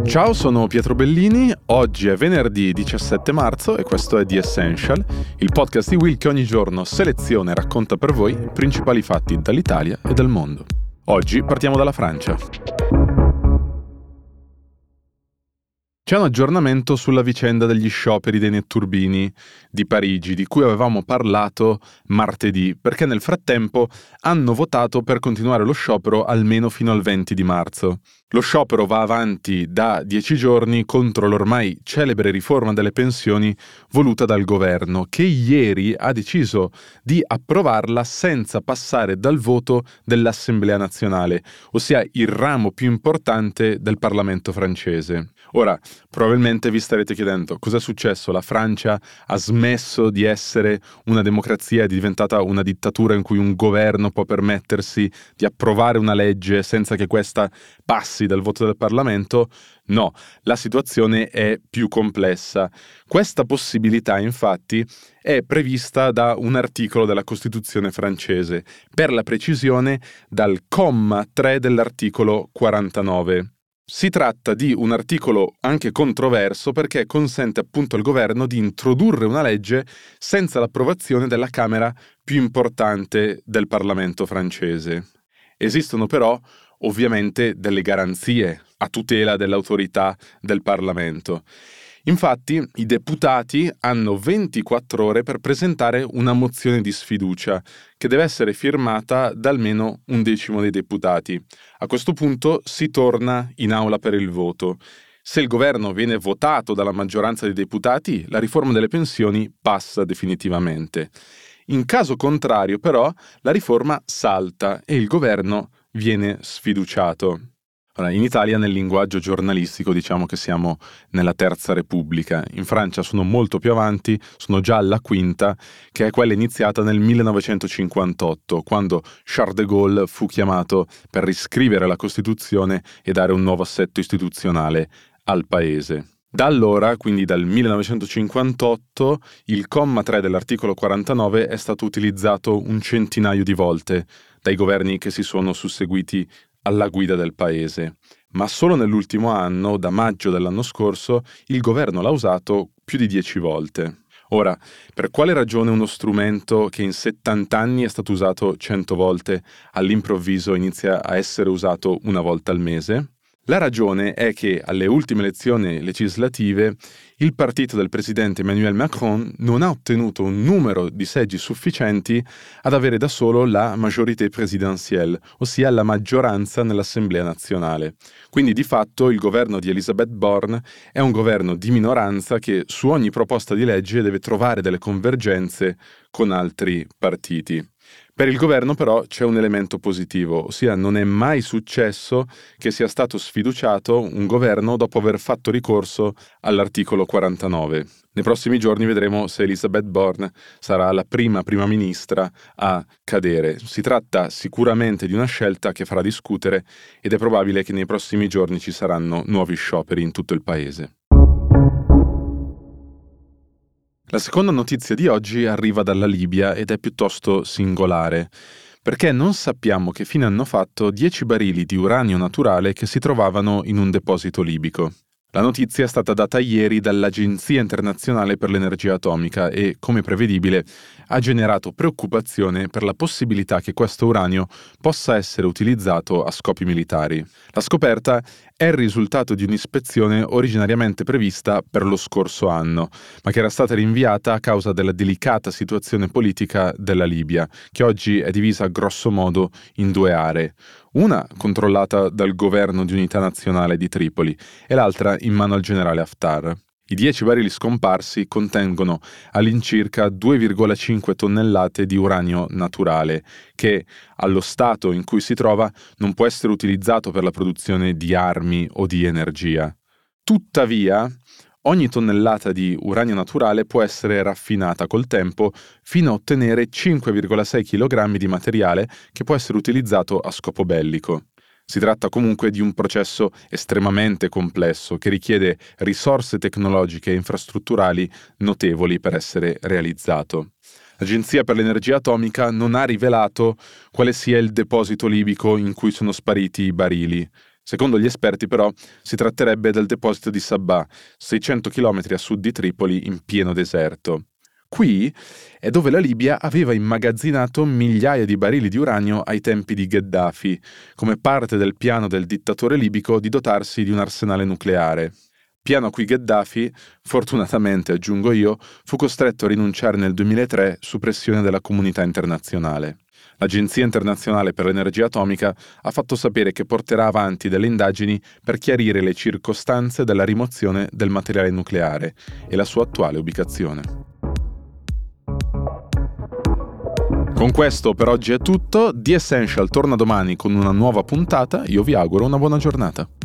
Ciao, sono Pietro Bellini, oggi è venerdì 17 marzo e questo è The Essential, il podcast di Will che ogni giorno seleziona e racconta per voi i principali fatti dall'Italia e dal mondo. Oggi partiamo dalla Francia. C'è un aggiornamento sulla vicenda degli scioperi dei netturbini di Parigi, di cui avevamo parlato martedì, perché nel frattempo hanno votato per continuare lo sciopero almeno fino al 20 di marzo. Lo sciopero va avanti da 10 giorni contro l'ormai celebre riforma delle pensioni voluta dal governo, che ieri ha deciso di approvarla senza passare dal voto dell'Assemblea nazionale, ossia il ramo più importante del Parlamento francese. Ora, probabilmente vi starete chiedendo cosa è successo? La Francia ha smesso di essere una democrazia, è diventata una dittatura in cui un governo può permettersi di approvare una legge senza che questa passi dal voto del Parlamento? No, la situazione è più complessa. Questa possibilità, infatti, è prevista da un articolo della Costituzione francese, per la precisione dal comma 3 dell'articolo 49. Si tratta di un articolo anche controverso perché consente appunto al governo di introdurre una legge senza l'approvazione della Camera più importante del Parlamento francese. Esistono però ovviamente delle garanzie a tutela dell'autorità del Parlamento. Infatti, i deputati hanno 24 ore per presentare una mozione di sfiducia, che deve essere firmata da almeno un decimo dei deputati. A questo punto si torna in aula per il voto. Se il governo viene votato dalla maggioranza dei deputati, la riforma delle pensioni passa definitivamente. In caso contrario, però, la riforma salta e il governo viene sfiduciato. Ora, in Italia nel linguaggio giornalistico diciamo che siamo nella Terza Repubblica, in Francia sono molto più avanti, sono già alla quinta, che è quella iniziata nel 1958, quando Charles de Gaulle fu chiamato per riscrivere la Costituzione e dare un nuovo assetto istituzionale al paese. Da allora, quindi dal 1958, il comma 3 dell'articolo 49 è stato utilizzato un centinaio di volte dai governi che si sono susseguiti alla guida del paese, ma solo nell'ultimo anno, da maggio dell'anno scorso, il governo l'ha usato più di 10 volte. Ora, per quale ragione uno strumento che in 70 anni è stato usato 100 volte, all'improvviso inizia a essere usato una volta al mese? La ragione è che alle ultime elezioni legislative il partito del presidente Emmanuel Macron non ha ottenuto un numero di seggi sufficienti ad avere da solo la majorité présidentielle, ossia la maggioranza nell'Assemblea nazionale. Quindi di fatto il governo di Elisabeth Borne è un governo di minoranza che su ogni proposta di legge deve trovare delle convergenze con altri partiti. Per il governo però c'è un elemento positivo, ossia non è mai successo che sia stato sfiduciato un governo dopo aver fatto ricorso all'articolo 49. Nei prossimi giorni vedremo se Elisabeth Borne sarà la prima ministra a cadere. Si tratta sicuramente di una scelta che farà discutere ed è probabile che nei prossimi giorni ci saranno nuovi scioperi in tutto il paese. La seconda notizia di oggi arriva dalla Libia ed è piuttosto singolare, perché non sappiamo che fine hanno fatto 10 barili di uranio naturale che si trovavano in un deposito libico. La notizia è stata data ieri dall'Agenzia Internazionale per l'Energia Atomica e, come prevedibile, ha generato preoccupazione per la possibilità che questo uranio possa essere utilizzato a scopi militari. La scoperta è il risultato di un'ispezione originariamente prevista per lo scorso anno, ma che era stata rinviata a causa della delicata situazione politica della Libia, che oggi è divisa grosso modo in due aree. Una controllata dal governo di unità nazionale di Tripoli e l'altra in mano al generale Haftar. I 10 barili scomparsi contengono all'incirca 2,5 tonnellate di uranio naturale, che, allo stato in cui si trova, non può essere utilizzato per la produzione di armi o di energia. Tuttavia, ogni tonnellata di uranio naturale può essere raffinata col tempo fino a ottenere 5,6 kg di materiale che può essere utilizzato a scopo bellico. Si tratta comunque di un processo estremamente complesso che richiede risorse tecnologiche e infrastrutturali notevoli per essere realizzato. L'Agenzia per l'Energia Atomica non ha rivelato quale sia il deposito libico in cui sono spariti i barili. Secondo gli esperti, però, si tratterebbe del deposito di Sabha, 600 km a sud di Tripoli, in pieno deserto. Qui è dove la Libia aveva immagazzinato migliaia di barili di uranio ai tempi di Gheddafi, come parte del piano del dittatore libico di dotarsi di un arsenale nucleare. Piano a cui Gheddafi, fortunatamente aggiungo io, fu costretto a rinunciare nel 2003 su pressione della comunità internazionale. L'Agenzia internazionale per l'energia atomica ha fatto sapere che porterà avanti delle indagini per chiarire le circostanze della rimozione del materiale nucleare e la sua attuale ubicazione. Con questo per oggi è tutto. The Essential torna domani con una nuova puntata. Io vi auguro una buona giornata.